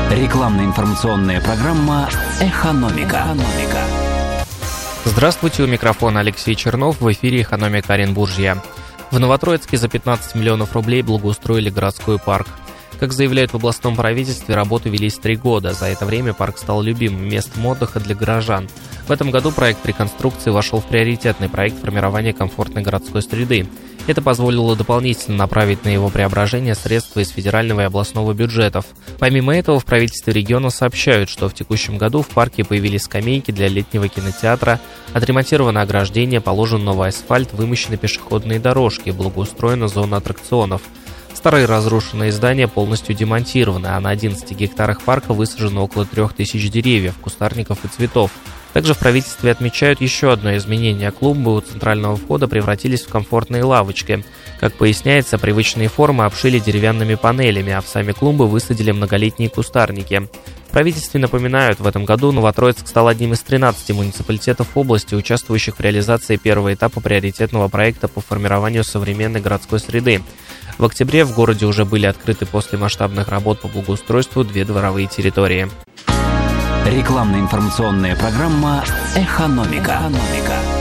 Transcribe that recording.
Рекламно-информационная программа «Экономика». Здравствуйте, у микрофона Алексей Чернов, в эфире «Экономика Оренбуржья». В Новотроицке за 15 миллионов рублей благоустроили городской парк. Как заявляют в областном правительстве, работы велись 3 года. За это время парк стал любимым местом отдыха для горожан. В этом году проект реконструкции вошел в приоритетный проект формирования комфортной городской среды. Это позволило дополнительно направить на его преображение средства из федерального и областного бюджетов. Помимо этого, в правительстве региона сообщают, что в текущем году в парке появились скамейки для летнего кинотеатра, отремонтировано ограждение, положен новый асфальт, вымощены пешеходные дорожки, благоустроена зона аттракционов. Старые разрушенные здания полностью демонтированы, а на 11 гектарах парка высажено около 3000 деревьев, кустарников и цветов. Также в правительстве отмечают еще одно изменение. Клумбы у центрального входа превратились в комфортные лавочки. Как поясняется, привычные формы обшили деревянными панелями, а в сами клумбы высадили многолетние кустарники. В правительстве напоминают, в этом году Новотроицк стал одним из 13 муниципалитетов области, участвующих в реализации первого этапа приоритетного проекта по формированию современной городской среды. В октябре в городе уже были открыты после масштабных работ по благоустройству 2 дворовые территории. Рекламно-информационная программа «Экономика».